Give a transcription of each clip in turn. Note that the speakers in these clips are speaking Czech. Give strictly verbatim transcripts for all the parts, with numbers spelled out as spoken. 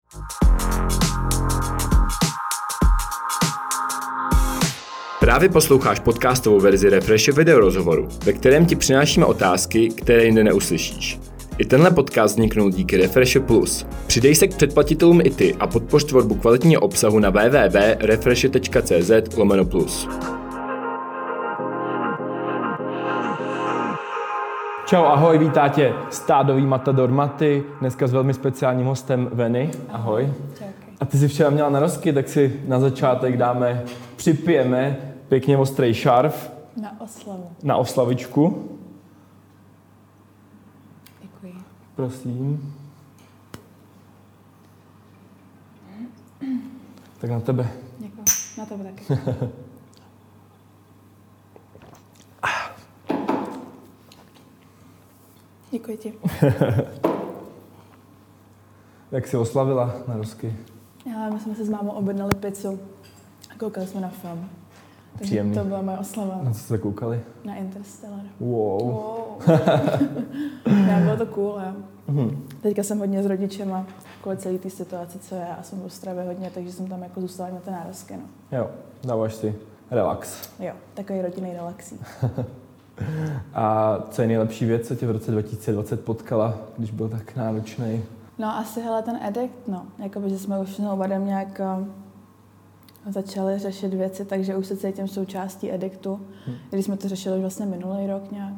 Právě posloucháš podcastovou verzi Refreshe videorozhovoru, ve kterém ti přinášíme otázky, které jinde neuslyšíš. I tenhle podcast vzniknul díky Refreshe Plus. Přidej se k předplatitelům i ty a podpoř tvorbu kvalitního obsahu na w w w tečka refreshe tečka c z lomeno plus. Čau, ahoj, vítá tě stádový matador Maty, dneska s velmi speciálním hostem Veny. Ahoj. A ty jsi včera měla narozky, tak si na začátek dáme, připijeme pěkně ostrý šarf. Na oslavu. Na oslavičku. Děkuji. Prosím. Tak na tebe. Děkuji. Na tebe taky. Děkuji ti. Jak jsi oslavila narozky? Já, my jsme se s mámou objednali pizzu a koukali jsme na film. Takže Příjemný. To byla moje oslava. Na co jste koukali? Na Interstellar. Wow. Wow. Ne, bylo to cool, jo. Mm-hmm. Teďka jsem hodně s rodičema kvůli celé té situace, co je, a jsem v Ostravě hodně, takže jsem tam jako zůstala na té nárazky, no. Jo, dáváš si relax. Jo, takový rodinný relaxí. A co je nejlepší věc, co tě v roce dva tisíce dvacet potkala, když byl tak náročný? No asi hele ten edikt, no. Jakoby, že jsme už s Novadem nějak uh, začali řešit věci, takže už se cítím součástí ediktu, hmm. když jsme to řešili už vlastně minulý rok nějak.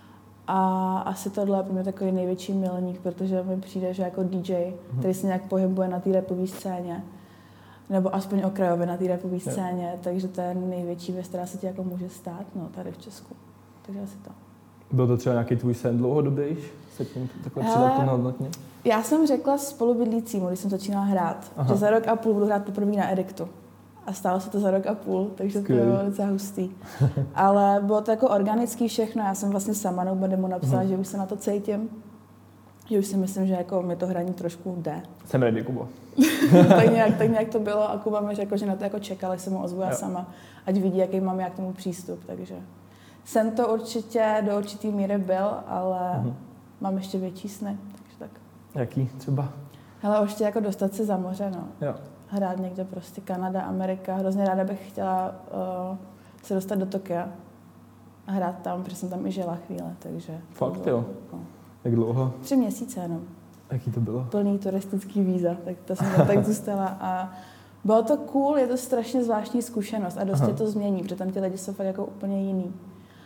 A asi tohle je pro mě takový největší milník, protože mi přijde, že jako D J, hmm. který se nějak pohybuje na té rapové scéně, nebo aspoň okrajově na té rapové scéně, yeah. takže to je největší věc, která se ti jako může stát, no, tady v Česku. Takže asi to. Byl to třeba nějaký tvůj sen dlouhodobějš? Se k němu takhle přidat plnohodnotně? Já jsem řekla spolubydlícímu, když jsem začínala hrát, Aha. že za rok a půl budu hrát poprvé na ediktu. A stalo se to za rok a půl, takže Skvělý. To bylo docela hustý. Ale bylo to jako organický všechno. Já jsem vlastně sama Nobodymu napsala, hmm. že už se na to cítím. Že už si myslím, že jako mi to hraní trošku jde. Jsem ready, Kubo. tak, nějak, tak nějak to bylo a Kuba mi řekl, že na to jako čekala, jsem mu ozvu já sama, ať vidí, jaký mám já k tomu přístup. Takže jsem to určitě do určitý míry byl, ale hmm. mám ještě větší sny. Takže tak. Jaký třeba? Hele, určitě jako dostat se za moře, no. Jo. Hrát někde prostě Kanada, Amerika. Hrozně ráda bych chtěla uh, se dostat do Tokia a hrát tam, protože jsem tam i žila chvíle, takže... Fakt jo? Jako, jak dlouho? Tři měsíce jenom. Jaký to bylo? Plný turistický víza, tak to jsem tam tak zůstala a bylo to cool, je to strašně zvláštní zkušenost a dost Aha. je to změní, protože tam ti lidi jsou fakt jako úplně jiný.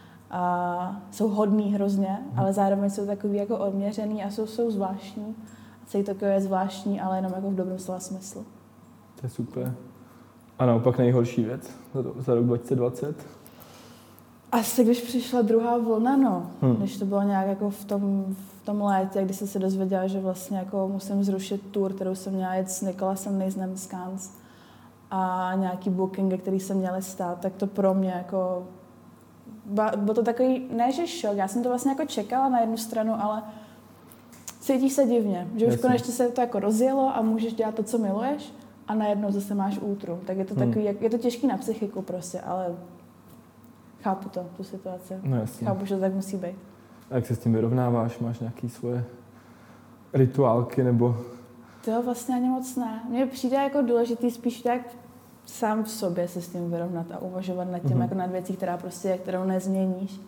A jsou hodný hrozně, hmm. ale zároveň jsou takový jako odměřený a jsou, jsou zvláštní. Celý Tokio je zvláštní, ale jenom jako v dobrém slova smyslu. To je super. A naopak nejhorší věc za, to, za rok dva tisíce dvacet? Asi když přišla druhá vlna, no. Hmm. Když to bylo nějak jako v tom, v tom létě, kdy jsem se dozvěděla, že vlastně jako musím zrušit tour, kterou jsem měla jet s Nicholasem Naismem z Cannes a nějaký booking, který jsem měla stát, tak to pro mě jako... Byl to takový, ne že šok, já jsem to vlastně jako čekala na jednu stranu, ale cítíš se divně, že už Jasně. konečně se to jako rozjelo a můžeš dělat to, co miluješ a najednou zase máš útrum. Tak je to takový, hmm. je to těžký na psychiku prostě, ale chápu to, tu situaci. No jasně. Chápu, že to tak musí být. A jak se s tím vyrovnáváš? Máš nějaké svoje rituálky nebo... To vlastně ani moc ne. Mně přijde jako důležitý spíš tak sám v sobě se s tím vyrovnat a uvažovat nad tím, mm-hmm. jako nad věcí, která prostě, kterou nezměníš.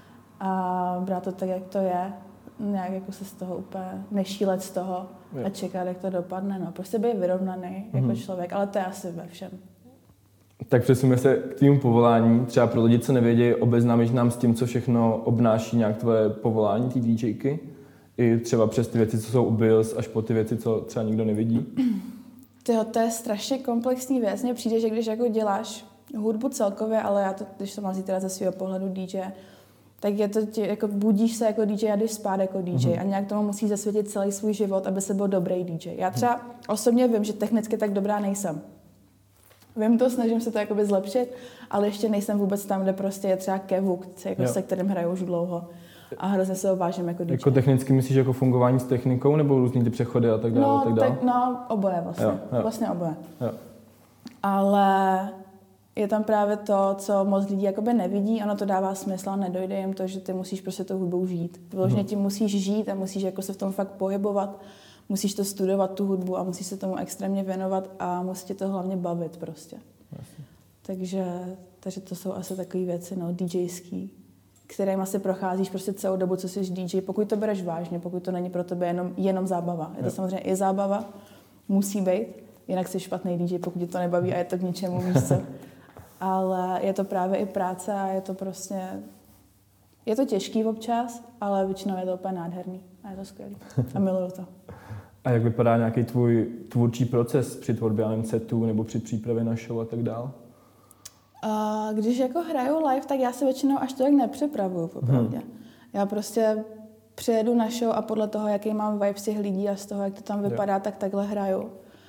A brát to tak, jak to je. Nějak jako se z toho úplně nešílet z toho je. A čekat, jak to dopadne. No. Prostě být vyrovnaný mm-hmm. jako člověk, ale to je asi ve všem. Tak přesuneme se k tvému povolání. Třeba pro lidi, co nevědí, obeznámíš nám s tím, co všechno obnáší nějak tvoje povolání, ty DJky. I třeba přes ty věci, co jsou u Bills, až po ty věci, co třeba nikdo nevidí. Tyjo, to je strašně komplexní věc. Mně přijde, že když jako děláš hudbu celkově, ale já to, když to mám zítra ze svého pohledu D J, tak je to tě, jako budíš se jako D J a jdeš spát jako D J mm-hmm. a nějak tomu musíš zasvětit celý svůj život, aby se byl dobrý D J. Já třeba osobně vím, že technicky tak dobrá nejsem. Vím to, snažím se to jakoby zlepšit, ale ještě nejsem vůbec tam, kde prostě je třeba Kevuk, jako se kterým hraju už dlouho. A hrozně se ho vážím jako D J. Jako technicky myslíš jako fungování s technikou nebo různý ty přechody a tak dále? No, tak dále? Tak, no oboje vlastně. Jo, jo. Vlastně oboje. Jo. Ale je tam právě to, co moc lidí jakoby nevidí, ono to dává smysl a nedojde jim to, že ty musíš prostě tou hudbou žít. Vyloženě tím musíš žít a musíš jako se v tom fakt pohybovat. musíš to studovat, tu hudbu a musíš se tomu extrémně věnovat a musí tě to hlavně bavit prostě. Jasně. Takže, takže to jsou asi takové věci, no, DJský, kterým asi procházíš prostě celou dobu, co jsi D J, pokud to bereš vážně, pokud to není pro tebe jenom, jenom zábava. Je to samozřejmě i zábava, musí být, jinak jsi špatný D J, pokud tě to nebaví a je to k ničemu, víš co. Ale je to právě i práce a je to prostě, je to těžký občas, ale většinou je to úplně nádherný a je to skvělý a miluju to. A jak vypadá nějaký tvůj tvůrčí proces při tvorbě setů nebo při přípravě na show a tak dál? A když jako hraju live, tak já se většinou až tolik nepřipravuju, popravdě. Hmm. Já prostě přijedu na show a podle toho, jaký mám vibe z těch lidí a z toho, jak to tam vypadá, tak takhle hraju.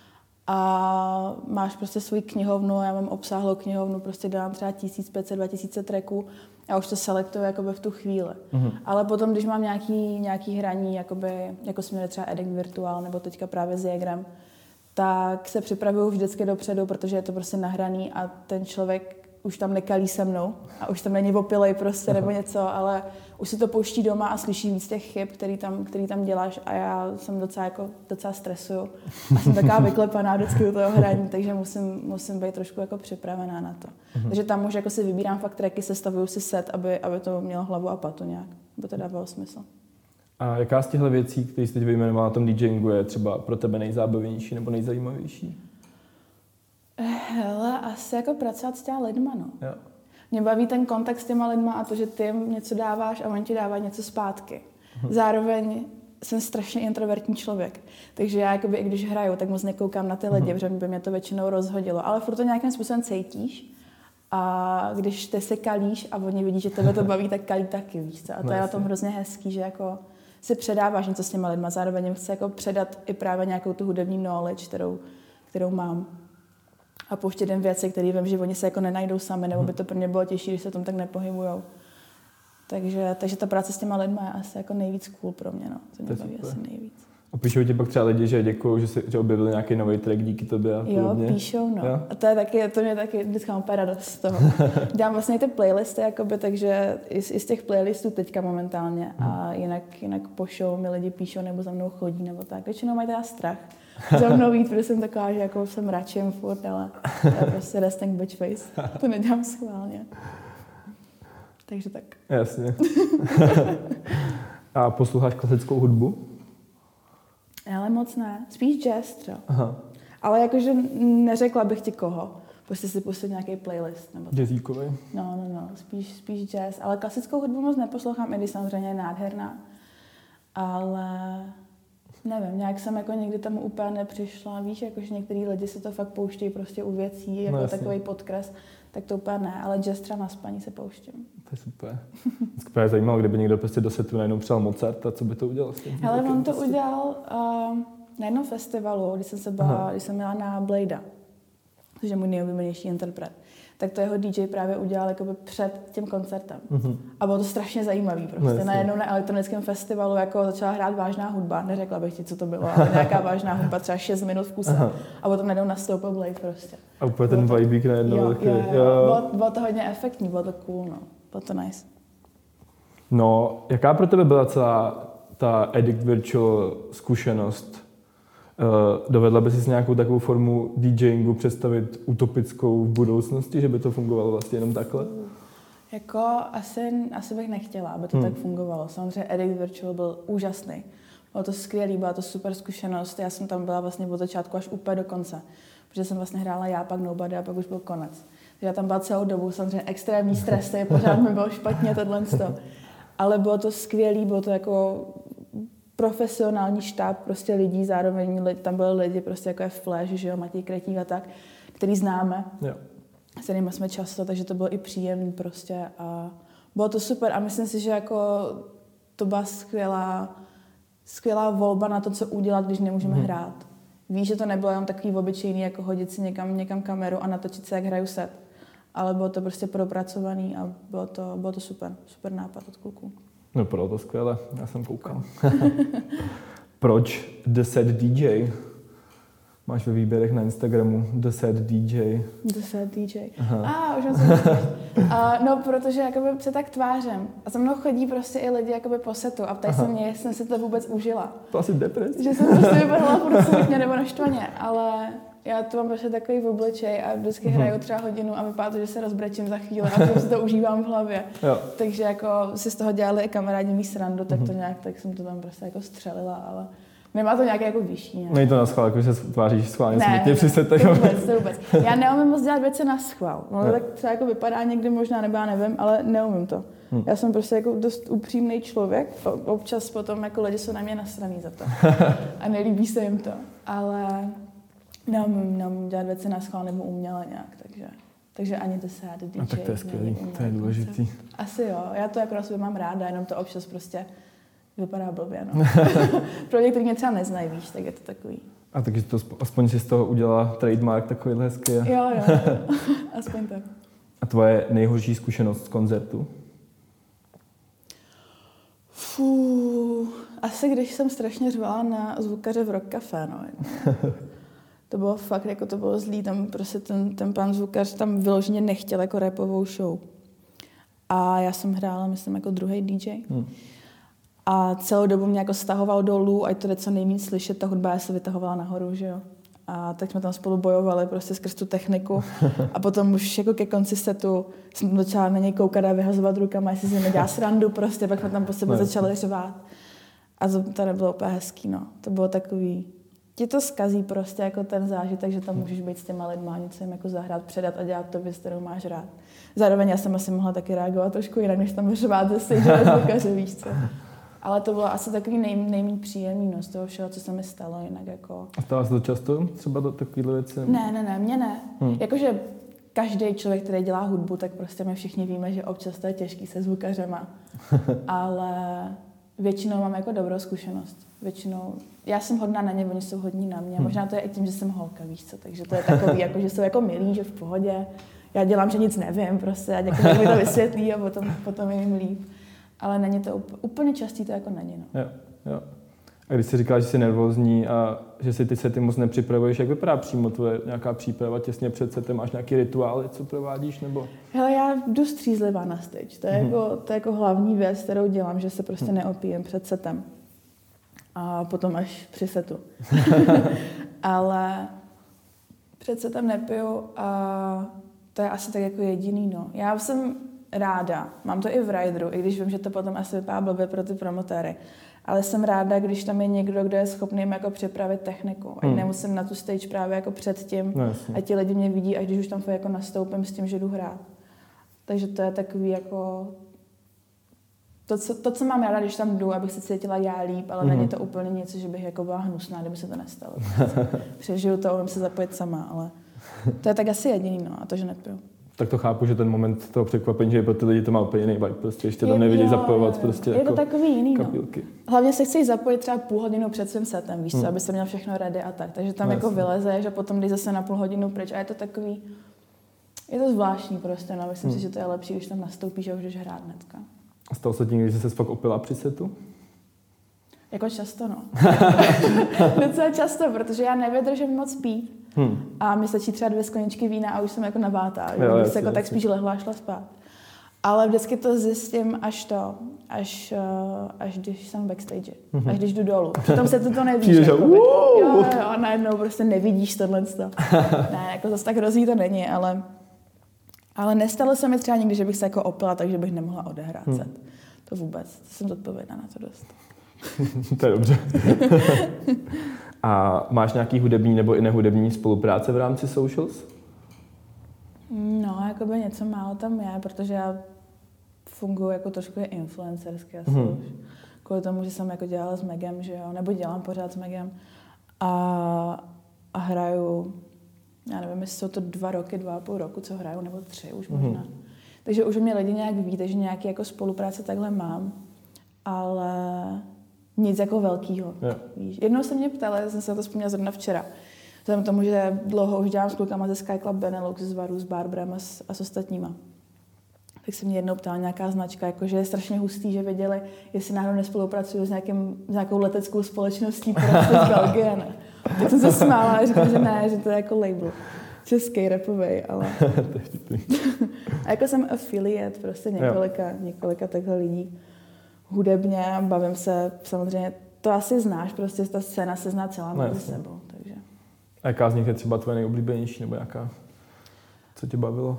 A máš prostě svůj knihovnu, já mám obsáhlou knihovnu, prostě dám třeba tisíc pět set, dva tisíce tracků a už to selektuju jakoby v tu chvíli. Mm-hmm. Ale potom, když mám nějaký, nějaký hraní, jakoby, jako jsme měli třeba Edek Virtual nebo teďka právě s Jägrem, tak se připravuju vždycky dopředu, protože je to prostě nahraný a ten člověk už tam nekalí se mnou a už tam není opilej prostě nebo něco, ale už si to pouští doma a slyší víc těch chyb, který tam, který tam děláš a já jsem docela, jako, docela stresuju a jsem taková vyklepaná vždycky u toho hraní, takže musím, musím být trošku jako připravená na to. Mm-hmm. Takže tam už jako si vybírám fakt tracky, sestavuju si set, aby, aby to mělo hlavu a patu nějak, aby to dávalo smysl. A jaká z těchto věcí, které jsi teď vyjmenovala na tom DJingu, je třeba pro tebe nejzábavější nebo nejzajímavější? Hele, asi jako pracovat s těma lidma, no. Jo. Mě baví ten kontakt s těma lidma a to, že ty jim něco dáváš a oni ti dávají něco zpátky. Zároveň jsem strašně introvertní člověk, takže já jakoby, i když hraju, tak moc nekoukám na ty lidi, protože by mě to většinou rozhodilo, ale furt to nějakým způsobem cítíš a když ty se kalíš a oni vidí, že tebe to baví, tak kalí taky, víš co? A to no, je na tom hrozně hezký, že jako si předáváš něco s těma lidma, zároveň jim chci jako předat i právě nějakou tu hudební knowledge, kterou, kterou mám. A pouštět jen věci, které vím, že oni se jako nenajdou sami, nebo by to pro ně bylo těžší, když se tom tak nepohybujou. Takže, takže ta práce s těma lidma je asi jako nejvíc cool pro mě, no. To mě baví asi nejvíc. A píšou ti pak třeba lidi, že děkuju, že, si, že objevili nějaký nový track díky tobě a podobně? Jo, píšou, no. Jo? A to je taky, to mě taky vždycky mám úplně radost z toho. Dám vlastně ty playlisty, jakoby, takže i, i z těch playlistů teďka momentálně. Hmm. A jinak, jinak po show mi lidi píšou nebo za mnou chodí nebo tak. Většinou mají teda strach za mnou jít, protože jsem taková, že jako jsem radším furt, ale to je prostě resting bitch face. To nedělám schválně. Takže tak. Jasně. A posloucháš klasickou hudbu? Ale moc ne. Spíš jazz třeba. Aha. Ale jakože neřekla bych ti koho. Prostě si pustit nějaký playlist. Nebo Jazzíkový? No, no, no. Spíš, spíš jazz. Ale klasickou hudbu moc neposlouchám, i když samozřejmě je nádherná. Ale nevím, nějak jsem jako někdy tam úplně nepřišla. Víš, jakože některý lidi si to fakt pouštějí prostě u věcí, jako no, takový podkres. Tak to úplně ne, ale jazz třeba na spaní se pouštím. To je super. Vždycky je zajímalo, kdyby někdo prostě do setu najednou přijal Mozart, a co by to udělal s tím? Hele, on to prostě udělal uh, na jednom festivalu, když jsem se byla, když jsem měla na Blada, což je můj nejoblíbenější interpret. Tak to jeho D J právě udělal jakoby před tím koncertem. Uh-huh. A bylo to strašně zajímavý prostě. No, najednou na elektronickém festivalu jako začala hrát vážná hudba. Neřekla bych ti, co to bylo, ale nějaká vážná hudba, třeba šest minut v kuse. Aha. A potom najednou nastoupil Blade prostě. A úplně ten vibík najednou. Jo, jo, jo. jo. Bylo, bylo to hodně efektní, bylo to cool, no. Bylo to nice. No, jaká pro tebe byla celá ta Edek Virtual zkušenost? Uh, dovedla by si s nějakou takovou formu DJingu představit utopickou v budoucnosti, že by to fungovalo vlastně jenom takhle? Jako asi, asi bych nechtěla, aby to hmm. tak fungovalo. Samozřejmě Edek Virtual byl úžasný. Bylo to skvělý, byla to super zkušenost. Já jsem tam byla vlastně od začátku až úplně do konce. Protože jsem vlastně hrála já, pak Nobody a pak už byl konec. Takže já tam byla celou dobu, samozřejmě extrémní stres, pořád mi bylo špatně tohle. Ale bylo to skvělý, bylo to jako profesionální štáb prostě lidí, zároveň lidi, tam byli lidi prostě jako je Flash, že jo, Matěj Kretík a tak, který známe, jo. S kterými jsme často, takže to bylo i příjemný prostě a bylo to super a myslím si, že jako to byla skvělá, skvělá volba na to, co udělat, když nemůžeme hmm. hrát. Víš, že to nebylo jenom takový obyčejný, jako hodit si někam, někam kameru a natočit se, jak hraju set, ale bylo to prostě propracovaný a bylo to, bylo to super, super nápad od kluků. No bylo to skvěle, já jsem koukal. Proč The Set D J? Máš ve výběrech na Instagramu The Sad D J. The Sad D J. A, ah, už jsem se uh, No, protože jakoby se tak tvářem. A za mnou chodí prostě i lidi jakoby po setu a ptají se mě, jestli jsem si to vůbec užila. To asi depres. Že jsem prostě vypadala furt smutně nebo naštvaně, ale já to mám prostě takový v obličej a vždycky uh-huh. hraju třeba hodinu a vypadá to, že se rozbrečím za chvíli a to si to užívám v hlavě. Jo. Takže jako si z toho dělali i kamarádi mý srandu, tak uh-huh. to nějak, tak jsem to tam prostě jako střelila, ale nemá to nějaké jako vyšší. Není to na schvál, jako že se tváříš schválně ne, smutně při setech. To vůbec, to vůbec. Já neumím moc dělat věci na schvál. No, tak třeba jako vypadá někdy možná, nebo já nevím, ale neumím to. Hmm. Já jsem prostě jako dost upřímný člověk. Občas potom jako lidi jsou na mě nasraný za to. A nelíbí se jim to. Ale neumím, neumím dělat věci na schvál nebo uměle nějak, takže... Takže ani to se D J. A tak to je skvělý, to je důležitý. Asi jo, já to jako na sobě mám ráda, jenom to občas prostě vypadá blbě, no. Pro ně, kteří mě třeba neznají, víš, tak je to takový. A takže to aspoň si z toho udělala trademark takovýhle hezký. Jo, jo, aspoň tak. A tvoje nejhorší zkušenost z koncertu? Fú, asi když jsem strašně řvala na zvukaře v Rock Café, no. To bylo fakt, jako to bylo zlý, tam prostě ten, ten pan zvukař tam vyloženě nechtěl jako rapovou show. A já jsem hrála, myslím, jako druhý D J. Hmm. A celou dobu mě jako stahoval dolů, ať to jde co nejméně slyšet, ta hudba se vytahovala nahoru, že jo. A tak jsme tam spolu bojovali prostě skrz tu techniku. A potom už jako ke konci setu jsem začala na něj koukat a vyhazovat rukama, jestli si nedělá srandu prostě, pak jsme tam po sebe začali řvát. A to, to nebylo úplně hezký, no. To bylo takový, ti to zkazí prostě jako ten zážitek, že tam můžeš být s těma lidma, něco jim jako zahrát, předat a dělat to věc, kterou máš rád. Zároveň já jsem asi mohla taky reagovat trošku jinak, než tam řvát ze stage zvukaře, víš co. Ale to bylo asi takový nej, nejméně příjemný no, z toho všeho, co se mi stalo, jinak jako... A stalo se to často, třeba do takovýhle věci? Ne, ne, ne, mě ne. Hmm. Jakože každý člověk, který dělá hudbu, tak prostě my všichni víme, že občas to je těžký se zvukařema. Ale většinou mám jako dobrou zkušenost. Většinou, já jsem hodná na ně, oni jsou hodní na mě. Hmm. Možná to je i tím, že jsem holka, víš co, takže to je takový, jako, že jsou jako milí, že v pohodě. Já dělám, že nic nevím, prostě, a jako mi to vysvětlí a potom, potom je jim líp. Ale není to úplně, úplně častý, to jako není, no. Jo, jo. A když jsi říkala, že jsi nervózní a že si ty sety moc nepřipravuješ, jak vypadá přímo tvoje nějaká příprava těsně před setem? Máš nějaký rituály, co provádíš, nebo? Hele, já jdu střízlivá na stage. To je, hmm. jako, to je jako hlavní věc, kterou dělám, že se prostě hmm. neopíjem před setem. A potom až při setu. Ale před setem nepiju a to je asi tak jako jediný, no. Já jsem ráda, mám to i v rideru, i když vím, že to potom asi vypadá blbě pro ty promotéry, ale jsem ráda, když tam je někdo, kdo je schopný jako připravit techniku. Ať hmm. nemusím na tu stage právě jako předtím, no, a ti lidi mě vidí, až když už tam jako nastoupím s tím, že jdu hrát. Takže to je takový jako... To co, to, co mám ráda, když tam jdu, abych se cítila já líp, ale mm-hmm. není to úplně něco, že bych jako byla hnusná, kdyby se to nestalo. Přežiju to, umím se zapojit sama, ale to je tak asi jediný, no, a to, že nepiju. Tak to chápu, že ten moment toho překvapení, že pro ty lidi to má úplně jiný vibe, prostě ještě tam nevidí zapojovat prostě je jako to takový jiný, kapílky. No. Hlavně se chceš zapojit třeba půl hodinu před svým setem, víš co, hmm. aby se měl všechno ready a tak, takže tam no, jako vylezeš a potom jdeš zase na půl hodinu pryč a je to takový, je to zvláštní prostě, no, myslím hmm. si, že to je lepší, když tam nastoupíš a už jdeš hrát hnedka. A stalo se tím, když jsi se fakt opila při setu? Jako často, no. Docela často, protože já nevydržím moc pít. Hmm. A mi stačí třeba dvě skleničky vína a už jsem jako navátá. Jo, bych se jako tak spíš lehla a šla spát. Ale vždycky to zjistím až to, až, až když jsem backstage, mm-hmm. až když jdu dolů. Přitom se to, to nevíš. Jako jo, jo, a najednou prostě nevidíš tohle. Ne, jako zase tak hrozný to není, ale, ale nestalo se mi třeba nikdy, že bych se jako opila, takže bych nemohla odehrát hmm. set. To vůbec, to jsem zodpovědná na to dost. To je dobře. A máš nějaký hudební nebo i nehudební spolupráce v rámci socials? No, jakoby něco málo tam je, protože já funguji jako trošku influencersky asi hmm. už. Kvůli tomu, že jsem jako dělala s Megem, že jo, nebo dělám pořád s Megem. A, a hraju, já nevím, jestli jsou to dva roky, dva a půl roku, co hraju, nebo tři už možná. Hmm. Takže už mě lidi nějak víte, že nějaký jako spolupráce takhle mám, ale nic jako velkýho. Yeah. Víš. Jednou se mě ptala, jsem se to vzpomněla zrovna včera, vzhledem tomu, že dlouho už dělám s klukama ze Sky Club Benelux, z Varu, s Barbrem a s, a s ostatníma. Tak se mě jednou ptala nějaká značka, jako, že je strašně hustý, že věděli, jestli náhodou nespolupracuju s, nějakým, s nějakou leteckou společností prostě z Belgie, ne? Tak jsem se smála a říkala, že ne, že to je jako label. Český rapovej, ale... A jako jsem affiliate prostě několika, několika takhle lidí hudebně, bavím se samozřejmě, to asi znáš, prostě ta scéna se zná celá mezi sebou, takže... A jaká z nich je třeba tvoje nejoblíbenější, nebo jaká? Co tě bavilo?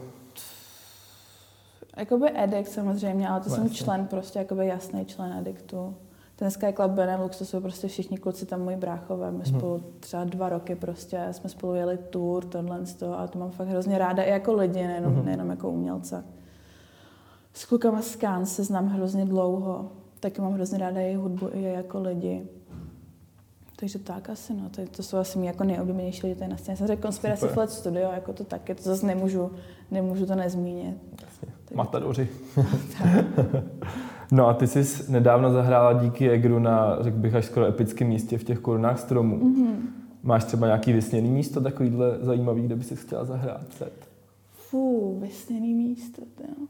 Jakoby Addict samozřejmě, ale to no, jsem jasný. člen, prostě jakoby jasný člen Addictu. Dneska je klub Benelux, to jsou prostě všichni kluci tam moji bráchové, my hmm. spolu třeba dva roky prostě, jsme spolu jeli tour, tohle z toho a to mám fakt hrozně ráda i jako lidi, nejenom, hmm. nejenom jako umělce. S klukama z Cannes se znám hrozně dlouho, taky mám hrozně ráda jejich hudbu i jako lidi. Takže tak asi, no, to, to jsou asi mý jako nejoblíbenější lidi tady na scéně. Jsem řekl Conspiracy Flat Studio, jako to taky, to zase nemůžu, nemůžu to nezmínit. Jasně, matadoři. No a ty jsi nedávno zahrála díky Egru na, řekl bych, až skoro epickém místě v těch korunách stromů. Mm-hmm. Máš třeba nějaký vysněný místo takovýhle zajímavý, kde by si chtěla zahrát před? Fú, vysněný místo, jo.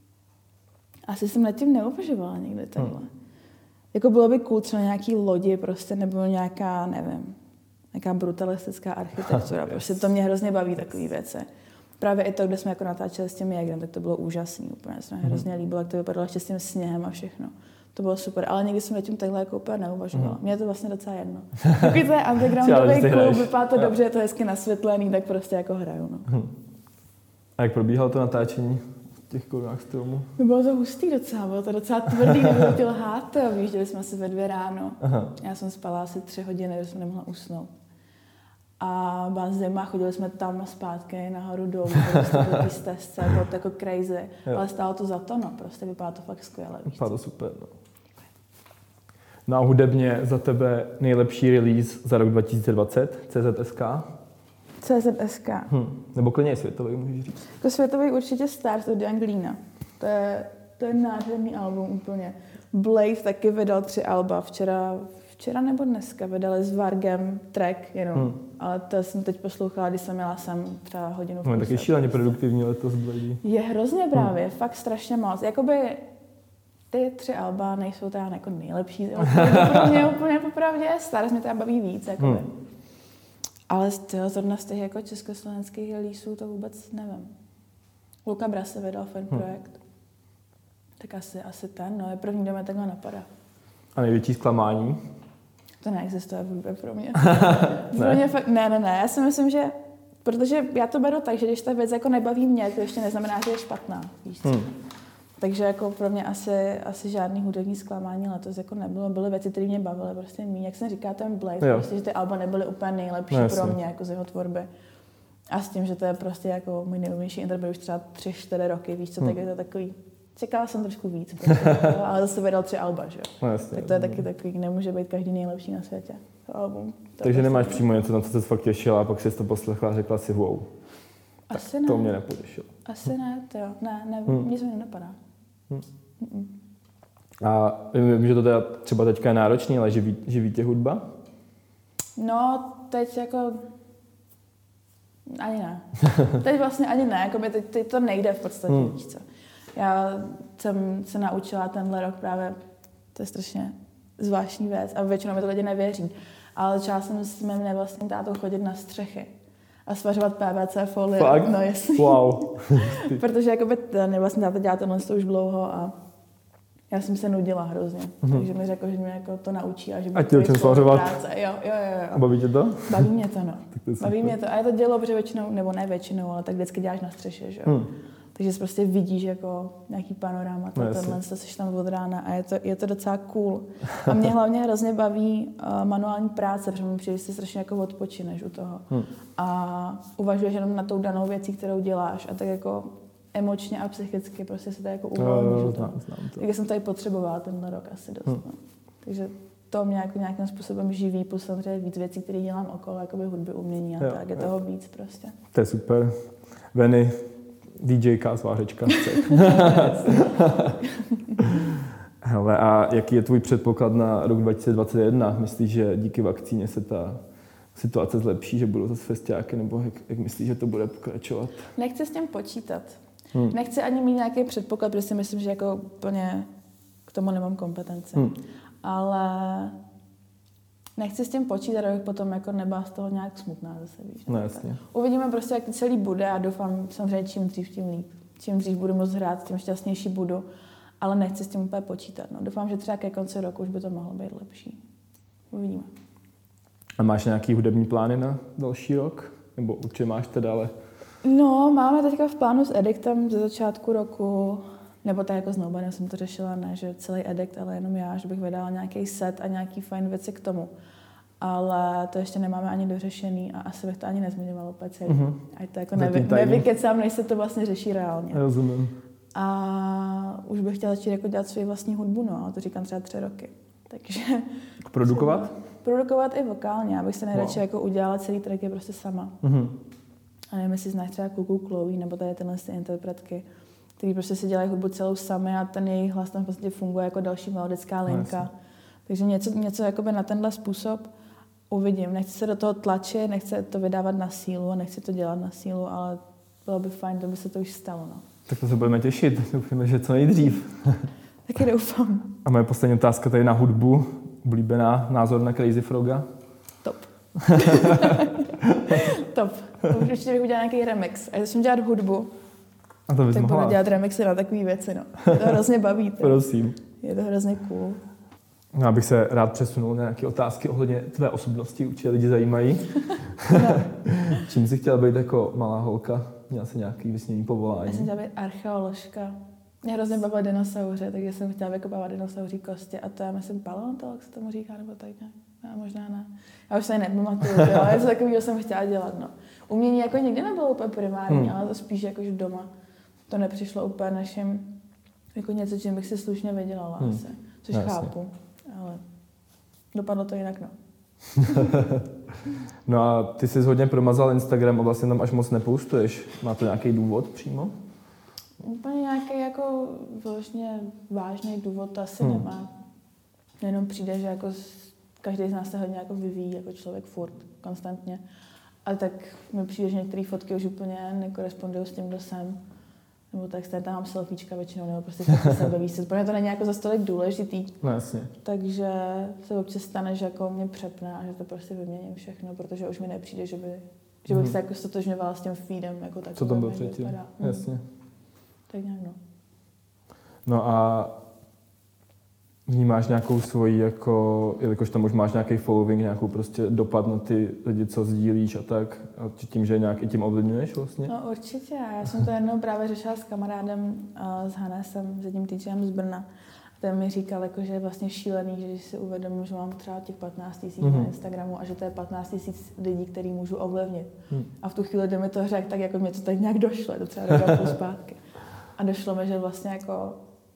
Asi jsem nad tím neuvažovala někdy takhle. Hmm. Jako bylo by cool třeba nějaký lodi prostě, nebo nějaká, nevím, nějaká brutalistická architektura. Prostě to mě hrozně baví, takové věci. Právě i to, kde jsme jako natáčeli s tím Jegrem, tak to bylo úžasný úplně. Se mi hrozně líbilo, jak to vypadalo ještě s tím sněhem a všechno. To bylo super, ale nikdy jsem nad tím takhle jako úplně neuvažovala. Mně je to vlastně docela jedno. Takový to je undergroundový klub, vypadá to dobře, je to hezky nasvětlený, tak prostě jako hraju. No. Hmm. A jak probíhalo to natáčení v těch korunách stromů? No bylo to hustý docela, bylo to docela tvrdý, nebylo to lhát. Vyjížděli jsme se ve dvě ráno. Aha. Já jsem spala asi tři hodiny, že jsem nemohla usnout. A byla zima, chodili jsme tam a zpátky nahoru dolů, po té stezce, bylo to jako crazy, jo. Ale stálo to za to, no, prostě vypadá to fakt skvěle. Vypadá to super, no. No a hudebně za tebe nejlepší release za rok dva tisíce dvacet, C Z S K? C Z S K. Hm. Nebo klidně světový, můžeš říct. Jako světový určitě Stars od Anglina. To je, to je nádherný album úplně. Blade taky vydal tři alba, včera, včera nebo dneska vydali s Vargem track jenom, hmm. ale to jsem teď poslouchala, když jsem jela sem třeba hodinu v kuse. No, taky šíleně produktivní letos Blade. Je hrozně právě, hmm. fakt strašně moc. Jakoby ty tři alba nejsou teda jako nejlepší, pro mě úplně popravdě Stars mě teda baví víc, jakoby. Hmm. Ale zrovna z těch jako československých releaseů to vůbec nevím. Luka Brase vydal fan hmm. projekt. Tak asi, asi ten, no je první, kdo mě takhle napadá. A největší zklamání? To neexistuje vůbec pro mě. pro mě fakt, ne, ne, ne, já si myslím, že, protože já to beru tak, že když ta věc jako nebaví mě, to ještě neznamená, že je špatná, víš co? Hmm. Takže jako pro mě asi, asi žádný hudební zklamání letos jako nebylo. Byly věci, které mě bavily prostě míň. Jak jsem říká, ten Blade, prostě, že ty alba nebyly úplně nejlepší no, pro mě jako z jeho tvorby. A s tím, že to je prostě jako můj nejoblíbenější interpret už třeba tři, čtyři roky, víš co, hmm. tak je to takový. Čekala jsem trošku víc, prostě, ale zase vydal tři alba, že jo. No, tak to je taky takový, nemůže být každý nejlepší na světě. To album. To Takže nemáš přímo něco, na co jsi fakt těšila a pak jsi to poslechla a řekla si wow. Asi tak ne. To mě nepotěšilo. Asi ne, to jo. Ne, ne, hmm. nic mi nenapadá. Hmm. A vím, že to teda třeba teďka je náročný, ale živí, živí tě hudba? No, teď jako... Ani ne. Teď vlastně ani ne, jako by teď, teď to nejde v podstatě, hmm. víš co. Já jsem se naučila tenhle rok právě, to je strašně zvláštní věc a většinou mi to lidi nevěří, ale začala jsem s mým nevlastním tátou chodit na střechy a svařovat P V C folie. Fakt? No jasný. Wow. Protože jakoby nevlastní táta dělá tohle už dlouho a já jsem se nudila hrozně, mm-hmm. takže mi řekl, že mě jako to naučí a že bude to jít spolupráce. Jo, jo, jo, jo. Baví tě to? Baví mě to, no. to Baví mě to. A je to dělo, protože většinou, nebo ne většinou, ale tak vždycky děláš na střeše, že jo. Hmm. Takže prostě vidíš jako nějaký panoráma, no, tohle, to jsi tam od rána a je to, je to docela cool. A mě hlavně hrozně baví uh, manuální práce, protože mi přijde, že si strašně jako odpočineš u toho. Hmm. A uvažuješ jenom na tou danou věcí, kterou děláš a tak jako emočně a psychicky prostě se to jako uvolníš u toho. Takže jsem tady potřebovala tenhle rok asi dost. Hmm. No. Takže to mě jako nějakým způsobem živí, plus samozřejmě víc věcí, které dělám okolo, jakoby hudby, umění a jo, tak, je jo. toho víc prostě. To je super. Veny, DJka, svářečka. Hele, a jaký je tvůj předpoklad na rok dva tisíce dvacet jedna? Myslíš, že díky vakcíně se ta situace zlepší, že budou zase festiáky, nebo jak, jak myslíš, že to bude pokračovat? Nechci s tím počítat. Hmm. Nechci ani mít nějaký předpoklad, protože si myslím, že jako úplně k tomu nemám kompetence. Hmm. Ale nechci s tím počítat, abych potom jako nebyla z toho nějak smutná zase, víš. No jasně. Uvidíme prostě, jak to celý bude a doufám, samozřejmě čím dřív, tím líp. Čím dřív budu moct hrát, tím šťastnější budu, ale nechci s tím úplně počítat. No. Doufám, že třeba ke konci roku už by to mohlo být lepší. Uvidíme. A máš nějaký hudební plány na další rok? Nebo určitě máš teda, ale... No, máme teďka v plánu s Edictem ze začátku roku, nebo tak jako s Nobanem jsem to řešila, ne, že celý Edict, ale jenom já, že bych vydala nějaký set a nějaký fajn věci k tomu. Ale to ještě nemáme ani dořešený a asi bych to ani nezmiňovala úplně celý. Mm-hmm. Ať to jako nevy, nevykecám, než se to vlastně řeší reálně. Rozumím. A už bych chtěla začít jako dělat svou vlastní hudbu, no, ale to říkám třeba tři roky. Takže... Produkovat? Třeba, produkovat i vokálně, abych se nejradši wow. jako udělala celý tracky prostě sama. Mm-hmm. A nevím, jestli znáš třeba Kuku Chloe, nebo tady tyhle interpretky, který prostě si dělají hudbu celou sami a ten jejich hlas tam prostě funguje jako další melodická linka. No, takže něco, něco jakoby na tenhle způsob uvidím. Nechci se do toho tlačit, nechci to vydávat na sílu, nechci to dělat na sílu, ale bylo by fajn, kdyby se to už stalo. No. Tak to se budeme těšit. Doufáme, že co nejdřív. Taky doufám. A moje poslední otázka tady na hudbu. Oblíbená názor na Crazy Froga? Top. Top. Určitě bych udělala nějaký remix. A když jsem dělat hudbu, a to bys tak mohla. budu dělat remixy na takové věci. No. Je to hrozně baví. Prosím. Je to hrozně cool. No, abych se rád přesunul na nějaké otázky ohledně tvé osobnosti, určitě lidi zajímají. No. Čím jsi chtěla být jako malá holka? Měla jsi nějaký vysněný povolání? Já jsem chtěla být archeoložka. Mě hrozně bavila dinosauři, takže jsem chtěla vykopávat dinosauří kosti a to je, myslím, paleontolog se tomu říká, nebo tak nějak. Já možná ne. Já už se ani nepamatuju, ale něco takového jsem chtěla dělat. No. Umění jako nikdy nebylo úplně primární, hmm. ale to spíš jakož doma. To nepřišlo úplně našim, jako něco, čím bych si slušně vydělala hmm. asi, což Jasně. chápu, ale dopadlo to jinak, no. No a ty jsi hodně promazal Instagram a vlastně tam až moc nepostuješ. Má to nějaký důvod přímo? Úplně nějaký jako vlastně vážný důvod asi hmm. nemá. Jenom přijde, že jako každý z nás se hodně jako vyvíjí jako člověk furt, konstantně. A tak mi přijde, že některé fotky už úplně nekorespondují s tím, kdo jsem. Nebo tak se tam selfiečka většinou, nebo prostě se sebevýstup. Pro mě to není jako za stolik důležitý. No, jasně. Takže se občas stane, že jako mě přepne a že to prostě vyměním všechno, protože už mi nepřijde, že, by, že bych hmm. se jako stotožňovala s tím feedem. Jako takovým, co tam bylo předtím? Jasně. Tak nějak no. No a vnímáš nějakou svoji, jako, jelikož tam už máš nějaký following, nějakou prostě dopad na ty lidi, co sdílíš a tak, a tím, že nějak i tím ovlivňuješ vlastně? No určitě, já jsem to jednou právě řešila s kamarádem, uh, s Hanesem, s jedním týčem z Brna. A ten mi říkal, jako, že je vlastně šílený, že když si uvědomím, že mám třeba těch patnáct tisíc mm-hmm. na Instagramu a že to je patnáct tisíc lidí, který můžu ovlivnit. Mm. A v tu chvíli, kdy mi to řekl, tak jako mě to tak nějak došlo, to třeba do zpátky. A došlo mi, že vlastně jako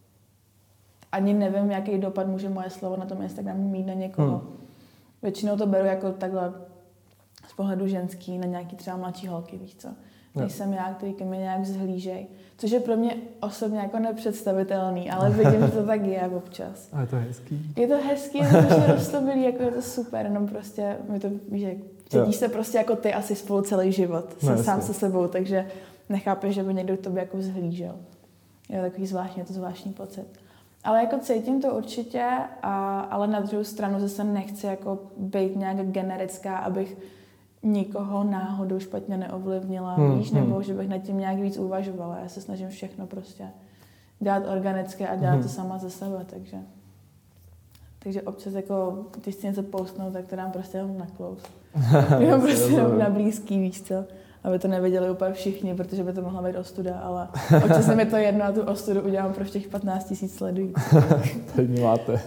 ani nevím, jaký dopad může moje slovo na tom Instagramu mít na někoho. Hmm. Většinou to beru jako takhle z pohledu ženský na nějaký třeba mladší holky, víš co. Nejsem já, který ke mě nějak vzhlížej. Což je pro mě osobně jako nepředstavitelný, ale vidím, že to tak je občas. A je to hezký. Je to hezký, je to prostě roztomilý, jako je to super, jenom prostě mi to, víš, že cítíš se prostě jako ty asi spolu celý život, jsem no, sám se sebou, takže nechápeš, že by někdo k tobě jako vzhlížel. Je to takový zvláštní, je to zvláštní pocit. Ale jako cítím to určitě, a, ale na druhou stranu zase nechci jako být nějak generická, abych nikoho náhodou špatně neovlivnila, hmm, víš, hmm. nebo že bych nad tím nějak víc uvažovala. Já se snažím všechno prostě dělat organicky a dělat hmm. to sama ze sebe, takže takže občas jako, když chci něco postnout, tak to dám prostě jenom na close. Jenom prostě jenom na blízký, víš co. Aby to nevěděli úplně všichni, protože by to mohla být ostuda, ale občas mi to jedno a tu ostudu udělám pro těch patnáct tisíc sledujících. Tak mě máte.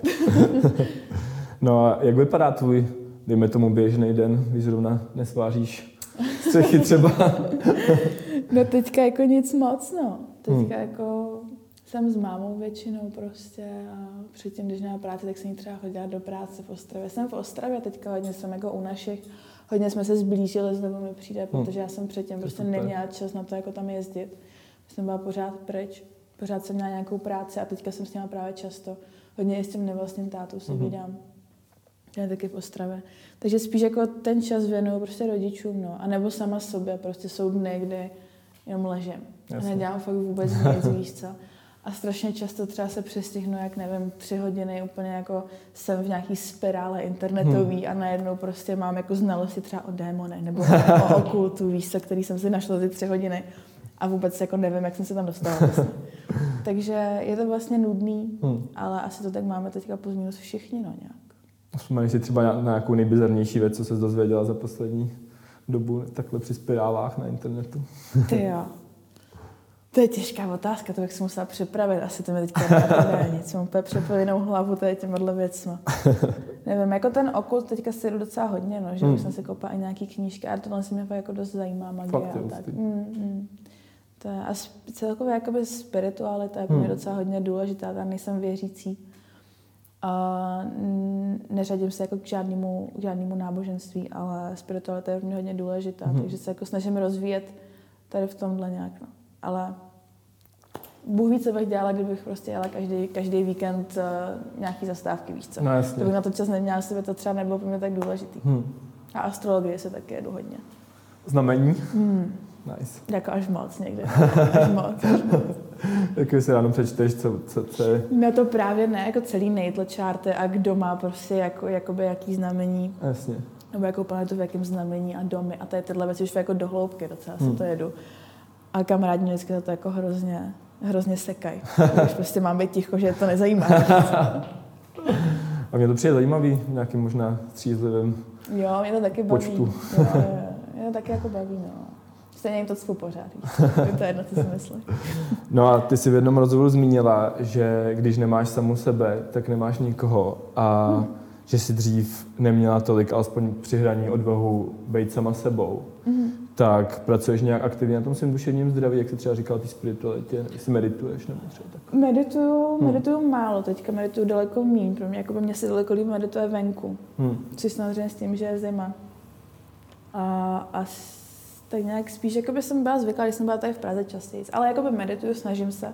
No a jak vypadá tvůj, dejme tomu, běžný den, když zrovna nesváříš střechy třeba? No teďka jako nic moc, no. Teďka hmm. jako jsem s mámou většinou prostě a předtím, když měla práci, tak jsem jí třeba chodila do práce v Ostravě. Jsem v Ostravě teďka hodně, jsem jako u našich. Hodně jsme se zblížili, znovu mi přijde, protože já jsem předtím prostě neměla čas na to, jako tam jezdit. Jsem byla pořád pryč, pořád jsem měla nějakou práci a teďka jsem s nima právě často. Hodně i s tím nevlastním tátou si vídám. Já taky v Ostravě. Takže spíš jako ten čas věnuju prostě rodičům, no. A nebo sama sobě, prostě jsou dny, kdy jenom ležím. A nedělám fakt vůbec nic, víš co. A strašně často třeba se přestihnu, jak nevím, tři hodiny úplně jako jsem v nějaký spirále internetový hmm. a najednou prostě mám jako znalosti třeba o démonech nebo o okultu, víš co, který jsem si našla ty tři hodiny a vůbec jako nevím, jak jsem se tam dostala vlastně. Takže je to vlastně nudný, hmm. ale asi to tak máme teďka plus minus všichni, no nějak. Vzpomeneš si třeba na nějakou nejbizarnější věc, co ses dozvěděla za poslední dobu takhle při spirálách na internetu? Ty jo. To je těžká otázka, to bych si musela připravit. Asi to mi teďka nebude nic. Mám úplně přepojenou hlavu tady těmhle věcma. Nevím, jako ten okult teďka si jdu docela hodně, no, že hmm. už jsem si koupila i nějaký knížky a tohle se mě jako dost zajímá, magie a tak. Mm, mm. To je, a celkově jakoby spiritualita je pro mě hmm. docela hodně důležitá, tam nejsem věřící. A neřadím se jako k žádnému, k žádnému náboženství, ale spiritualita je pro mě hodně důležitá, hmm. takže se jako snažím rozvíjet tady v tomhle nějak, no. Ale Bůh ví, co bych dělala, kdybych prostě jela každý, každý víkend uh, nějaký zastávky, víš co. No, jasně. Kdybych na to čas neměla, by to třeba nebylo pro mě tak důležitý. Hmm. A astrologie se taky jedu hodně. Znamení? Hmm. Nice. Jako až moc někdy. Až moc, až moc. Taky si ráno přečteš, co, co, co je... No to právě ne, jako celý natal charty a kdo má prostě jako, jakoby jaký znamení. Jasně. Nebo jakou planetu v jakém znamení a domy a tady tyhle věci už jako do hloubky docela hmm. se to jedu. A kamarádi mě vždycky to jako hrozně, hrozně sekají. Když prostě mám být ticho, že to nezajímá. A mě to přijde zajímavý, nějakým možná střízlivým Jo, mě to taky baví. Počtu. Jo, jo, mě to taky jako baví, no. Stejně jim to cpu pořád, to je jedno, co si myslí. No a ty si v jednom rozhovoru zmínila, že když nemáš samu sebe, tak nemáš nikoho a hmm. že si dřív neměla tolik, alespoň při hraní odvahu být sama sebou. Hmm. Tak pracuješ nějak aktivně na tom svým duševním zdraví, jak jsi třeba říkala té spiritualitě, jestli medituješ nebo třeba tak? Medituju, medituju hmm. málo teďka, medituju daleko míň, pro mě, jako by mě se daleko líp medituje venku, hmm. což samozřejmě s tím, že je zima. A, a tak nějak spíš, jako by jsem byla zvyklá, když jsem byla tady v Praze častěji, ale jako by medituju, snažím se.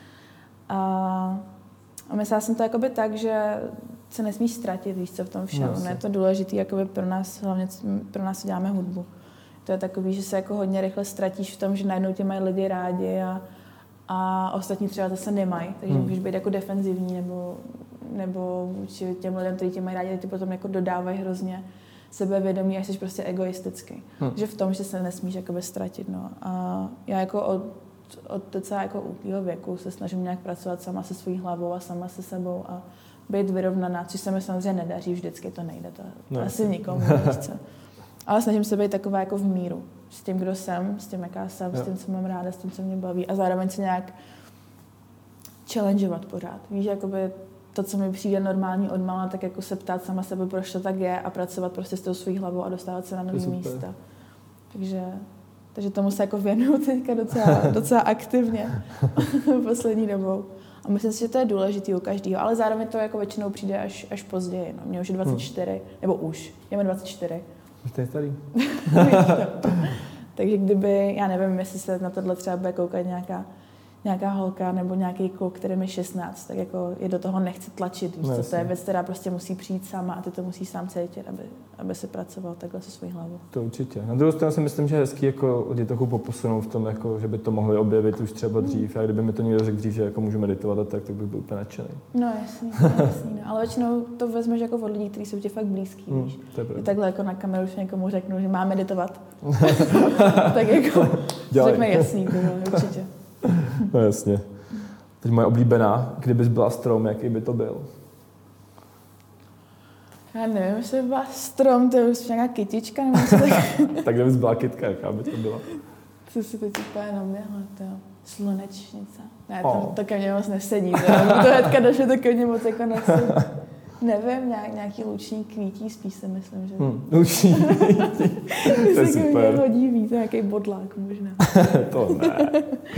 A, a myslela jsem to jako by tak, že se nesmíš ztratit, víš co, v tom všem. No, je to důležité, jako by pro nás, hlavně pro nás děláme hudbu. To je takový, že se jako hodně rychle ztratíš v tom, že najednou tě mají lidi rádi a, a ostatní třeba zase nemají. Takže hmm. můžeš být jako defenzivní nebo, nebo vůči těm lidem, kteří tě mají rádi, ty potom jako dodávají hrozně sebevědomí a jsi prostě egoistický. Hmm. Takže v tom, že se nesmíš jakoby ztratit. No. A já jako od, od docela jako útlýho věku se snažím nějak pracovat sama se svojí hlavou a sama se sebou a být vyrovnaná, což se mi samozřejmě nedaří, vždycky to nejde. To, to no. asi nikomu nechce. Ale snažím se být taková jako v míru. S tím, kdo jsem, s tím, jaká jsem, jo. s tím, co mám ráda, s tím, co mě baví. A zároveň se nějak challengeovat pořád. Víš, jakoby to, co mi přijde normální odmala, tak jako se ptát sama sebe, proč to tak je a pracovat prostě s tou svou hlavou a dostávat se na nový místa. Takže, takže tomu se jako věnuju teďka docela, docela aktivně poslední dobou. A myslím si, že to je důležité u každého, ale zároveň to jako většinou přijde až, až později. No. Mě už je dvacet čtyři, hmm. nebo už, je mi dvacet čtyři. Už to je starý. Takže kdyby, já nevím, jestli se na tohle třeba bude koukat nějaká, nějaká holka nebo nějaký kluk, který mi šestnáct, tak jako je do toho nechci tlačit. Víš, no, co to je věc, která prostě musí přijít sama a ty to musíš sám cítit, aby, aby si pracoval takhle se svojí hlavou. To určitě. Na druhou stranu si myslím, že je hezký jako lidi trochu poposunou v tom, jako, že by to mohli objevit už třeba dřív. A kdyby mi to někdo řekl dřív, že jako můžu meditovat a tak, tak bych byl úplně nadšený. No jasný, jasný. No. Ale většinou to vezmeš jako od lidí, kteří jsou ti fakt blízký, víš. Hmm, I takhle jako na kameru, už někomu řeknu, že má meditovat. Tak jako řekne jasný, to určitě. No jasně. Teď moje oblíbená, kdybys byla strom, jaký by to byl? Já nevím, jestli by byla strom, to je už nějaká kytička, nebo co tak... Tak kdybys byla kytka, jaká by to byla? Co si teď úplně naběhla, to jo. Slunečnice. Ne, oh. to, to ke mně moc nesedí, to hnedka došlo, to ke mně moc jako nesedí. Nevím, nějak, nějaký luční kvítí spíš si myslím, že... Hmm, luční kvítí, to je super. To hodí víc, nějaký bodlák možná. To ne.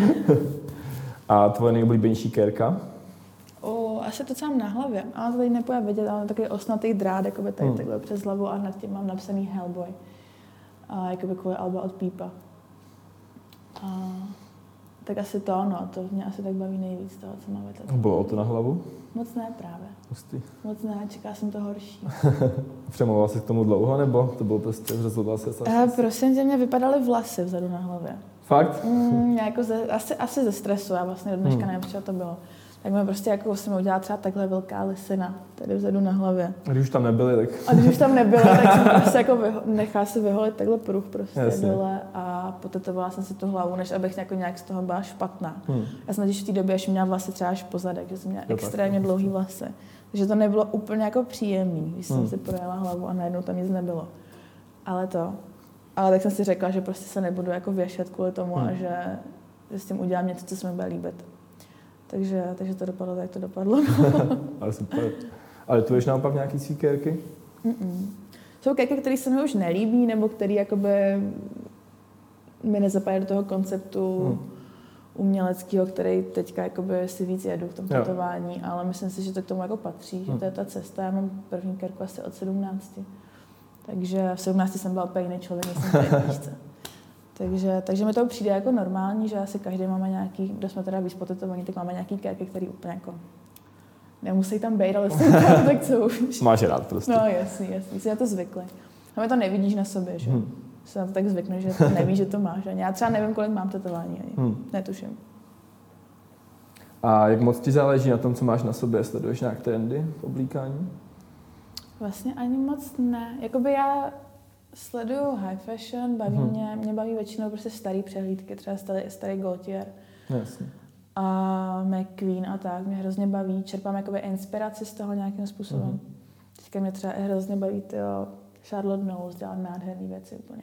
A tvoje nejoblíbenější kérka? O, asi to sám na hlavě. Ale to tady nepůjde vidět, ale takový osnatý drát, jakoby tady hmm. takhle přes hlavu a nad tím mám napsaný Hellboy. A jakoby kvůli alba od Pípa. A tak asi to, no, to mě asi tak baví nejvíc toho, co mám vědět. Bylo to na hlavu? Moc ne právě. Hustý. Moc ne, čeká jsem to horší. Přemlouvala jsi k tomu dlouho, nebo to bylo prostě vřezlovala se? Uh, prosím tě, mě vypadaly vlasy vzadu na hlavě. Fakt? Mm, jako ze, asi, asi ze stresu, já vlastně do dneška Hmm. nevím, co to bylo. Tak mi prostě jako jsem udělala třeba takhle velká lisina, tady vzadu na hlavě. A když už tam nebyli, tak... A když už tam nebylo, tak jsem prostě jako vyho- nechala si vyholit takhle pruh prostě Jasně. dole a potetovala jsem si tu hlavu, než abych jako nějak z toho byla špatná. Hmm. Já jsem totiž v té době ještě měla vlasy třeba až po zadek, že jsem měla Jo, extrémně tak. dlouhý vlasy. Takže to nebylo úplně jako příjemný, když jsem Hmm. si projela hlavu a najednou tam nic nebylo. Ale to. Ale tak jsem si řekla, že prostě se nebudu jako věšet kvůli tomu Hmm. a že, že s tím udělám něco, co se mi bude líbit. Takže, takže to dopadlo, tak to dopadlo. Ale super. Ale tu ješ naopak nějaký svý kérky? Mm-mm. Jsou kéky, které se mi už nelíbí, nebo které jakoby mi nezapadají do toho konceptu Hmm. uměleckého, který teďka jakoby si víc jedu v tom Jo. tetování, ale myslím si, že to k tomu jako patří, že Hmm. to je ta cesta. Já mám první kérku asi od sedmnácti. Takže v sedmnácti jsem byla úplně jiný člověk, než jsem teď, víš co. Takže, takže mi to přijde jako normální, že asi každý máme nějaký, kdo jsme teda víc potetovaní, tak máme nějaký kérky, který úplně jako nemusí tam být, ale jsou tam, tak co už. Máš rád prostě. No jasný, jasný, jsi na to zvyklý. A my to nevidíš na sobě, že? Hmm. Hmm. Jsi na to tak zvyknu, že to nevíš, že to máš. Ani. Já třeba nevím, kolik mám tetování ani. Hmm. Netuším. A jak moc ti záleží na tom, co máš na sobě? Sleduješ nějak trendy v oblíkání? Vlastně ani moc ne. Jakoby já sleduju high fashion, baví Mhm. mě, mě baví většinou prostě starý přehlídky, třeba starý, starý Gaultier Jasně. a McQueen a tak, mě hrozně baví. Čerpám jakoby inspiraci z toho nějakým způsobem. Mhm. Teďka mě třeba i hrozně baví tyjo, Charlotte Knowles, dělat nádherné věci úplně.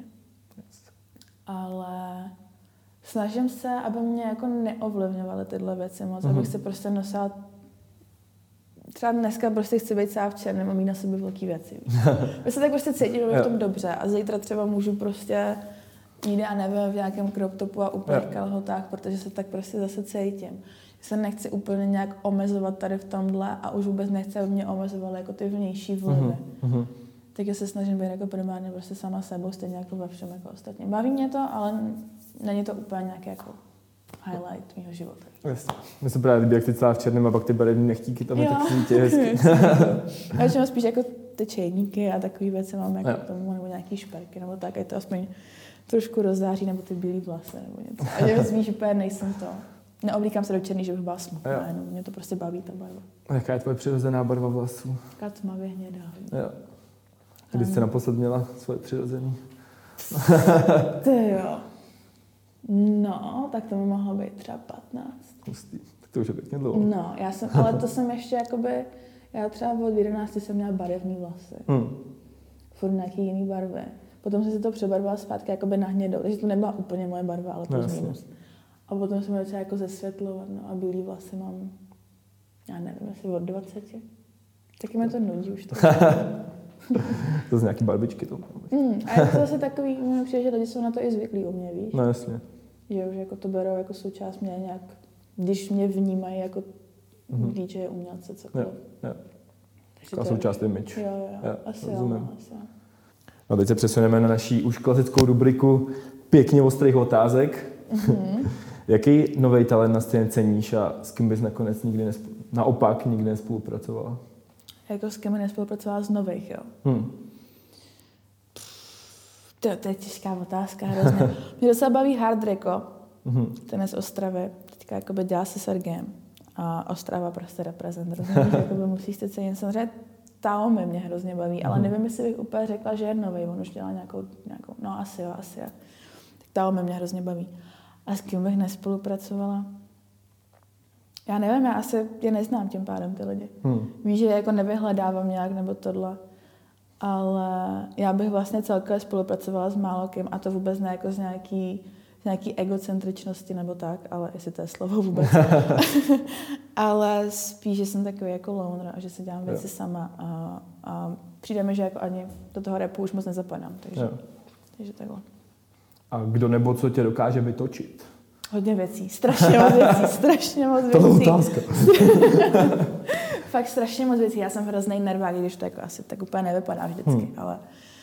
Ale snažím se, aby mě jako neovlivňovaly tyhle věci moc, Mhm. abych se prostě nosila. Třeba dneska prostě chci být celá v černém a mít na sobě velký věci. Já se tak prostě cítím, že v tom dobře a zítra třeba můžu prostě jít, já nevím, v nějakém crop topu a úplně v kalhotách, protože se tak prostě zase cítím. Já se nechci úplně nějak omezovat tady v tomhle a už vůbec nechci, aby mě omezovaly jako ty vnější vlivy. Mhm. Tak já se snažím být jako primárně prostě sama sebou, stejně jako ve všem jako ostatní. Baví mě to, ale není to úplně nějaký jako highlight mýho života. Jasně. Mně se právě líbí, jak ty celá v černém a pak ty barevní nechtíky, tam je Jo. tak svítě hezky. Já většinou spíš jako ty čejníky a takové věci mám jako Jo. k tomu, nebo nějaký šperky, nebo tak, ať to aspoň trošku rozzáří, nebo ty bílý vlasy, nebo něco. A že spíš úplně nejsem to. Neoblíkám se do černý, že bych byla smutná, Jo. jenom mě to prostě baví ta barva. A jaká je tvoje přirozená barva vlasů? Taká tmavě hnědá. Jo. Kdy jsi naposled měla svoje přirozený? Ty jo. No, tak to mi mohlo být třeba patnáct. Hustý. Tak to už je pěkně dlouho. No, já jsem, ale to jsem ještě jakoby, já třeba od jedenácti jsem měla barevný vlasy. Hmm. Furt nějaký jiný barvy. Potom jsem si to přebarvala zpátky jakoby na hnědou, takže to nebyla úplně moje barva, ale No, plus jasně. minus. A potom jsem začala jako zesvětlovat, no a bílý vlasy mám, já nevím, asi od dvaceti. Taky mě to nudí už to. To z nějaký barbičky to. mm, a je to zase takový, mně přijde, že lidi jsou na to i zvyklí u mě, víš? No jasně. Že už jako to berou jako součást mě nějak, když mě vnímají jako Mhm. dý džej, umělce, Jo, cokoliv. jo. Takže Taková to je- součást image. Jo, jo, Jo, asi jo, rozumím. no, asi jo. No teď se přesuneme na naší už klasickou rubriku pěkně ostrých otázek. Mhm. Jaký nový talent na scéně ceníš a s kým bys nakonec nikdy nesp... naopak nikdy nespolupracovala? Jako s kým nespolupracovala z nových, jo? Hmm. To, to je těžká otázka, hrozně. Mě docela baví Hard Reco, Mhm. ten je z Ostravy, teďka jakoby dělá se Sergem a Ostrava prostě reprezent, rozumíš, jakoby musíš se cenit. Samozřejmě Taomi mě hrozně baví, ale Mhm. nevím, jestli bych úplně řekla, že je novej, on už dělá nějakou, nějakou no asi jo, asi jo. Tak Taomi mě hrozně baví. A s kým bych nespolupracovala? Já nevím, já asi je neznám tím pádem ty lidi. Hmm. Víš, že jako nevyhledávám nějak nebo tohle, ale já bych vlastně celkově spolupracovala s málo kým a to vůbec ne jako z nějaký, z nějaký egocentričnosti nebo tak, ale jestli to je slovo vůbec. Ale spíš, že jsem takový jako loner a že si dělám věci Jo. sama a, a přijde mi, že jako ani do toho rapu už moc nezapadám, takže, Jo. takže takhle. A kdo nebo co tě dokáže vytočit? Hodně věcí, strašně moc věcí, strašně moc věcí. To je otázka. Fakt strašně moc věcí. Já jsem hrozný nervák, když to jako asi tak úplně nevypadá vždycky, hmm. ale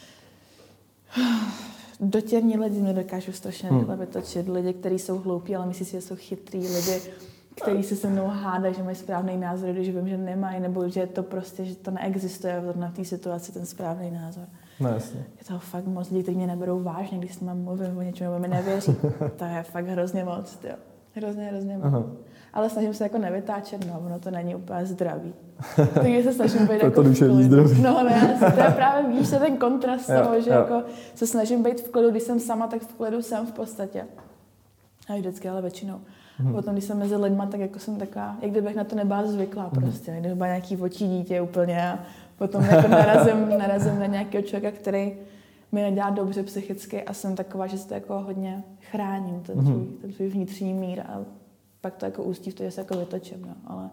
dotěrní lidi mě dokážou strašně Hmm. rychle vytočit. Lidi, kteří jsou hloupí, ale myslí si, že jsou chytrý. Lidi, kteří se se mnou hádají, že mají správný názor, když vím, že nemají, nebo že to prostě, že to neexistuje zrovna v té situaci, ten správný názor. No jasně. Je toho fakt moc lidí, kteří mě neberou vážně, když s nimi mluvím o něčem, nebo mi nevěří. To je fakt hrozně moc, jo. Hrozně, hrozně moc. Aha. Ale snažím se jako nevytáčet, no, ono to není úplně zdravý. Takže se snažím být jako v klidu. Zdravý. No ne, to je právě, víš, se ten kontrast jo, toho, že jo. Jako se snažím být v klidu, když jsem sama, tak v klidu jsem v podstatě. A vždycky, ale většinou. Hmm. Potom, když jsem mezi lidma, tak jako jsem taková, jak kdybych na to nebyla zvyklá prostě. Hmm. Kdyby byla nějaký očí dítě úplně a potom jako narazím, narazím na nějakého člověka, který mi nedělá dobře psychicky a jsem taková, že se to jako hodně chráním, ten svůj, hmm. ten svůj vnitřní mír a pak to jako ústí v to, že se jako vytočím, no, ale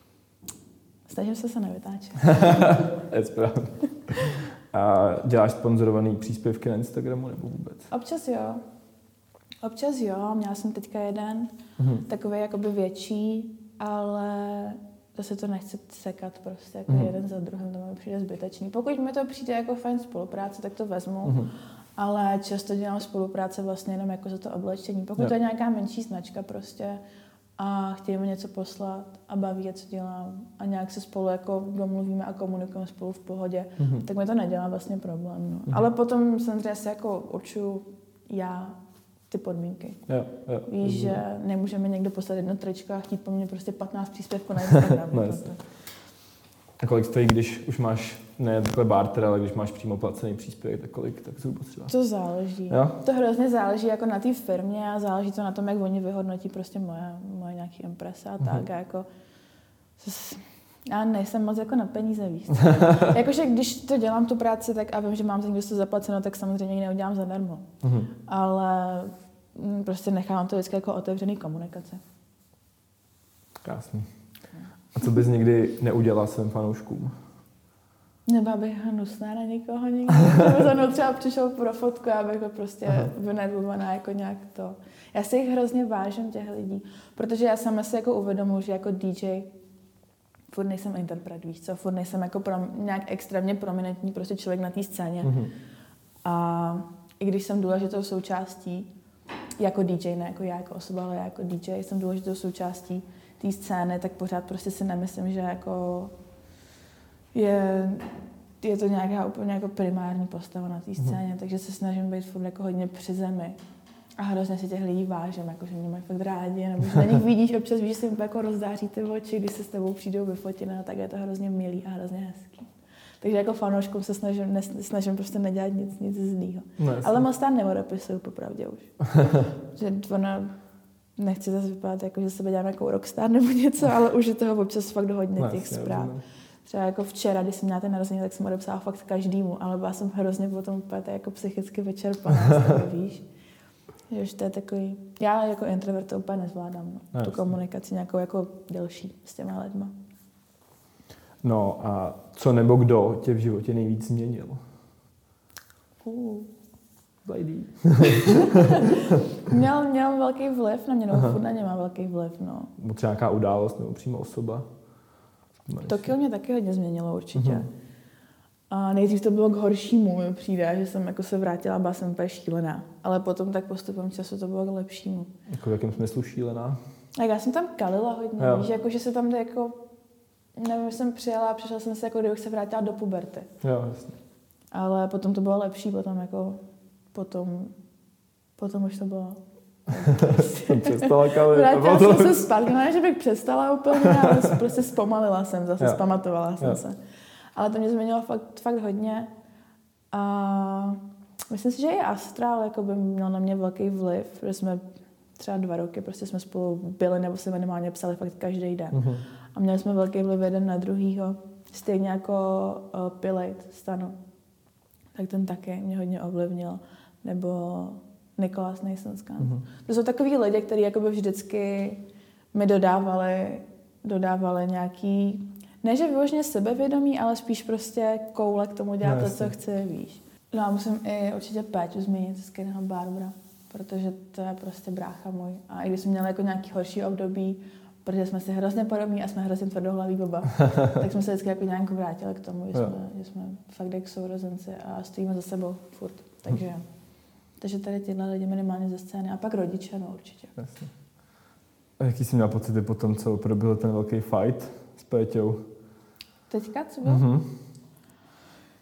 snažím se se nevytáčet. Je správně. A děláš sponzorovaný příspěvky na Instagramu nebo vůbec? Občas jo. Občas jo, měla jsem teďka jeden, mm-hmm. takový jakoby větší, ale zase to nechci sekat prostě jako mm-hmm. jeden za druhým, to mi přijde zbytečný. Pokud mi to přijde jako fajn spolupráce, tak to vezmu, mm-hmm. ale často dělám spolupráce vlastně jenom jako za to oblečení. Pokud jo. to je nějaká menší značka prostě a chtějí mi něco poslat a baví je, co dělám a nějak se spolu jako domluvíme a komunikujeme spolu v pohodě, mm-hmm. tak mi to nedělá vlastně problém. No. Mm-hmm. Ale potom samozřejmě se jako určuju já ty podmínky. Jo, jo, Víš, že nemůžeme někdo poslat jedno tričko a chtít po mně prostě patnáct příspěvků na Instagramu. No, a kolik stojí, když už máš, ne takhle barter, ale když máš přímo placený příspěvek, tak kolik tak zhruba třeba? To záleží. Jo? To hrozně záleží jako na té firmě a záleží to na tom, jak oni vyhodnotí prostě moje, moje nějaký imprese a tak. Mm-hmm. A jako, já nejsem moc jako na peníze, víš. Jakože když to dělám tu práci tak a vím, že mám za někdo to zaplaceno, tak samozřejmě ji neudělám zadarmo. Mm-hmm. Ale prostě nechávám to vždycky jako otevřený komunikace. Krásný. A co bys nikdy neudělala svým fanouškům? Nebyla bych hnusná na někoho nikdy. Kdyby za mnou třeba přišel pro fotku, já bych ho prostě vynedlovaná jako nějak to. Já si jich hrozně vážím těch lidí, protože já sama si jako uvědomuji, že jako dý džej furt nejsem interpret, víš co, furt nejsem jako prom, nějak extrémně prominentní prostě člověk na té scéně. Mm-hmm. A i když jsem důležitou součástí, jako dý džej, ne jako já jako osoba, ale já jako dý džej, jsem důležitou součástí té scény, tak pořád prostě si nemyslím, že jako je, je to nějaká úplně jako primární postava na té scéně, mm-hmm. takže se snažím být furt jako hodně při zemi. A hrozně si těch lidí vážím, jako, že mě mají fakt rádi, nebo že na nich vidíš občas, víš, že si jako rozdáří ty oči, když se s tebou přijdou vyfotit, no, tak je to hrozně milý a hrozně hezký. Takže jako fanouškům se snažím, ne, snažím prostě nedělat nic, nic zlýho. No, ale moc tam neodepisuju, popravdě už. Že ona, nechci zase vypadat, jako, že sebe dělám jako rockstar nebo něco, ale už je toho občas fakt hodně no, těch zpráv. Třeba jako včera, když jsem měla ten narozeniny, tak jsem odepsala fakt každému, ale byla jsem hrozně potom úplně jako psychicky vyčerpaná, víš. Že už to je takový, já jako introvert to úplně nezvládám, no. No, tu komunikaci nějakou jako delší s těma lidma. No a co nebo kdo tě v životě nejvíc změnil? Uh. Lady. měl, měl velký vliv na mě, no furt na ně má velký vliv, no. Nebo třeba nějaká událost nebo přímo osoba? Tokio mě taky hodně změnilo určitě. Uh-huh. A nejdřív to bylo k horšímu, mi přijde, že jsem jako se vrátila a byla jsem úplně šílená. Ale potom tak postupem času to bylo k lepšímu. Jako v jakém smyslu šílená? Tak já jsem tam kalila hodně, jo. Víš, jako že se tam jde jako, nevím, jsem přijela a přišla jsem se jako, kdybych se vrátila do puberty. Jo, jasně. Ale potom to bylo lepší, potom jako, potom, potom už to bylo. Jsem přestala kalit. Vrátila jsem se zpátky, ne, že bych přestala úplně, ale prostě zpomalila jsem, zase jo. Zpamatovala jsem jo. se. Ale to mě změnilo fakt, fakt hodně. A myslím si, že i Astral jako by měl na mě velký vliv, protože jsme třeba dva roky prostě jsme spolu byli nebo se minimálně psali fakt každý den. Mm-hmm. A měli jsme velký vliv jeden na druhýho. Stejně jako uh, Pilate Stano. Tak ten taky mě hodně ovlivnil. Nebo Nicholas Neeson-Skans. Mm-hmm. To jsou takový lidi, kteří jakoby vždycky mi dodávali, dodávali nějaký, ne že vyloženě sebevědomí, ale spíš prostě koule k tomu dělat no, to, co chci, víš. No a musím i určitě Péťu zmínit z Kenneho Barbara, protože to je prostě brácha můj. A i když jsme měli jako nějaký horší období, protože jsme si hrozně podobní a jsme hrozně tvrdohlaví oba, tak jsme se vždycky jako nějak vrátili k tomu, že jsme, že jsme fakt jak sourozenci a stojíme za sebou furt. Takže, takže tady tyhle lidi minimálně ze scény. A pak rodiče, no určitě. Jasně. A jaký jsi měla pocity po tom, co proběhl ten velký fight s Péťou? Teďka, co bylo? Mm-hmm.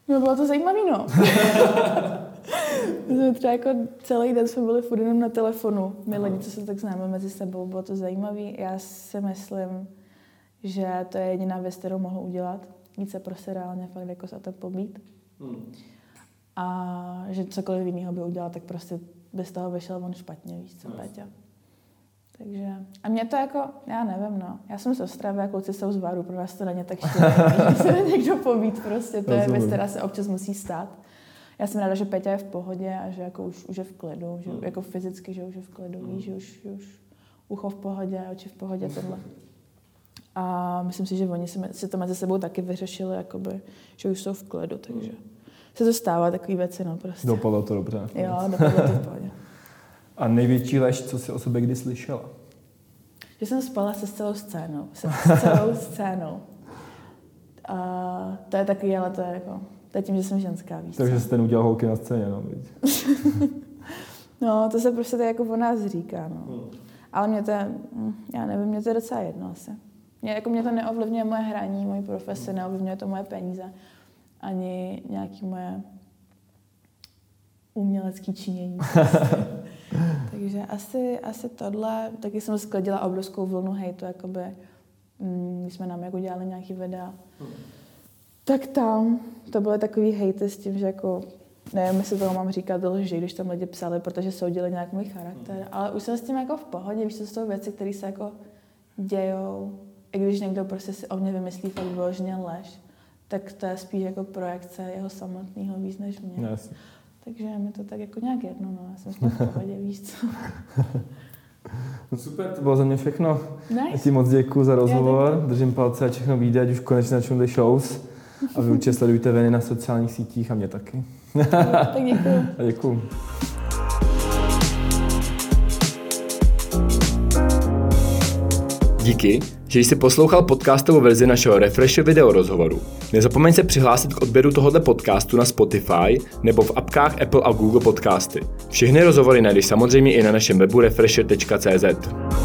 No bylo to zajímavý, no. My jsme třeba jako celý den jsme byli furt jenom na telefonu. My lidi, co se tak známe mezi sebou, bylo to zajímavý. Já si myslím, že to je jediná věc, kterou mohl udělat. Více prostě reálně fakt jako se to pobít. Hmm. A že cokoliv jiného by udělal, tak prostě by z toho vyšel on špatně, víš co, Péťa. Takže, a mě to jako, já nevím, no. Já jsem z Ostravy a kluci jsou z Varu, pro nás to není tak štěstí, se někdo pobít prostě, to je věc, která se občas musí stát. Já jsem ráda, že Péťa je v pohodě a že jako už, už je v klidu, že jako fyzicky, že už je v klidu, víš, že už, že už ucho v pohodě, oči v pohodě, tohle. A myslím si, že oni si, si to mezi sebou taky vyřešili, jakoby, že už jsou v klidu, takže se to stává takový věci, no prostě. Dopadlo to dobře. Jo, dopadlo to v pohodě. A největší lež, co jsi o sobě kdy slyšela? Že jsem spala se celou scénou. Se celou scénou. A to je takový, ale to je jako, to je tím, že jsem ženská, víš. Takže jsi ten udělal holky na scéně, no, víc. No, to se prostě tak jako o nás říká, no. Hmm. Ale mě to je, já nevím, mě to je docela jedno asi. Mě, jako mě to neovlivňuje moje hraní, moje profese, neovlivňuje to moje peníze, ani nějaký moje umělecké činění. Takže asi, asi tohle, taky jsem skladila obrovskou vlnu hejtu, jakoby, když jsme nám jako dělali nějaký videa. Hmm. Tak tam to byly takový hejty s tím, že jako, nevím, jestli toho mám říkat lži, když tam lidi psali, protože soudili nějak můj charakter, hmm. ale už jsem s tím jako v pohodě, víš, to jsou věci, které se jako dějou, i když někdo prostě si o mě vymyslí fakt vyloženě lež, tak to je spíš jako projekce jeho samotného víc než mě. Yes. Takže mi to tak jako nějak jedno, no, já jsem s tím v pohodě, víš co. No super, to bylo za mě všechno. Nice. Já ti moc děkuju za rozhovor, držím palce a všechno vyjde, ať už konečně začnou ty shows. A vy určitě sledujte Veny na sociálních sítích a mě taky. Tak děkuju. A děkuju. Díky, že jsi poslouchal podcastovou verzi našeho Refreshe video rozhovoru. Nezapomeň se přihlásit k odběru tohoto podcastu na Spotify nebo v apkách Apple a Google Podcasty. Všechny rozhovory najdeš samozřejmě i na našem webu refresher tečka cé zet.